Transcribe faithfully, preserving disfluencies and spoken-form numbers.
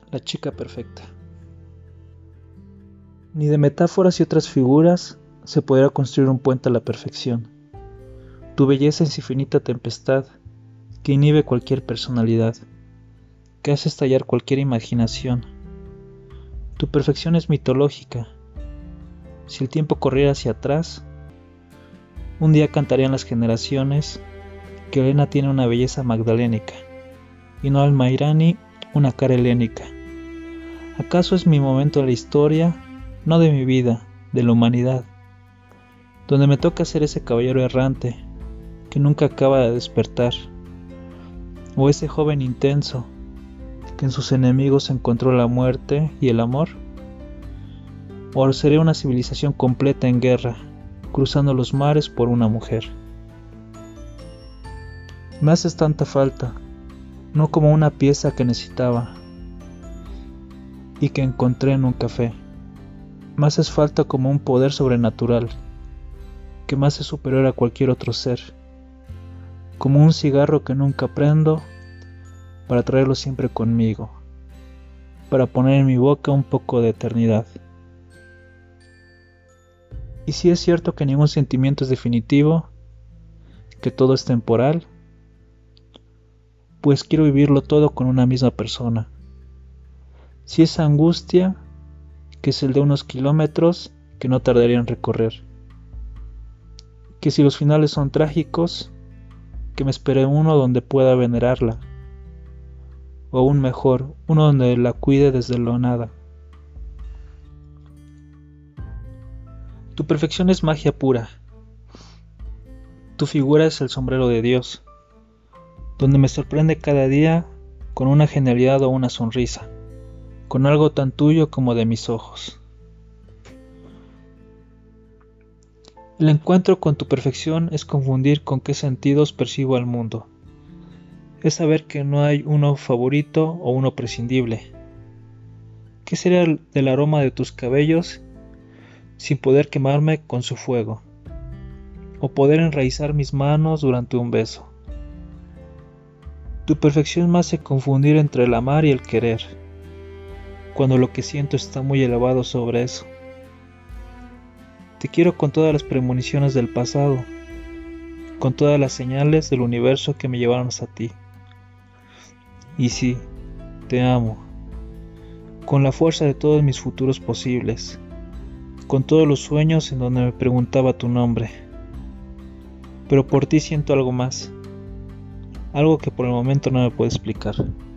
La chica perfecta. Ni de metáforas y otras figuras se podrá construir un puente a la perfección. Tu belleza es infinita tempestad que inhibe cualquier personalidad, que hace estallar cualquier imaginación. Tu perfección es mitológica. Si el tiempo corriera hacia atrás, un día cantarían las generaciones que Elena tiene una belleza magdalénica y no Almairani una cara helénica. ¿Acaso es mi momento de la historia, no de mi vida, de la humanidad, donde me toca ser ese caballero errante que nunca acaba de despertar, o ese joven intenso que en sus enemigos encontró la muerte y el amor? ¿O seré una civilización completa en guerra, cruzando los mares por una mujer? Me haces tanta falta, no como una pieza que necesitaba y que encontré en un café. Me haces falta como un poder sobrenatural que me hace superior a cualquier otro ser, como un cigarro que nunca prendo para traerlo siempre conmigo, para poner en mi boca un poco de eternidad. Y si es cierto que ningún sentimiento es definitivo, que todo es temporal, pues quiero vivirlo todo con una misma persona. Si es angustia, que es el de unos kilómetros que no tardaría en recorrer. Que si los finales son trágicos, que me espere uno donde pueda venerarla. O aún mejor, uno donde la cuide desde lo nada. Tu perfección es magia pura. Tu figura es el sombrero de Dios, donde me sorprende cada día con una genialidad o una sonrisa, con algo tan tuyo como de mis ojos. El encuentro con tu perfección es confundir con qué sentidos percibo al mundo. Es saber que no hay uno favorito o uno prescindible. ¿Qué sería del aroma de tus cabellos sin poder quemarme con su fuego? O poder enraizar mis manos durante un beso. Tu perfección me hace confundir entre el amar y el querer, cuando lo que siento está muy elevado sobre eso. Te quiero con todas las premoniciones del pasado, con todas las señales del universo que me llevaron hasta ti. Y sí, te amo, con la fuerza de todos mis futuros posibles, con todos los sueños en donde me preguntaba tu nombre. Pero por ti siento algo más, algo que por el momento no me puedo explicar.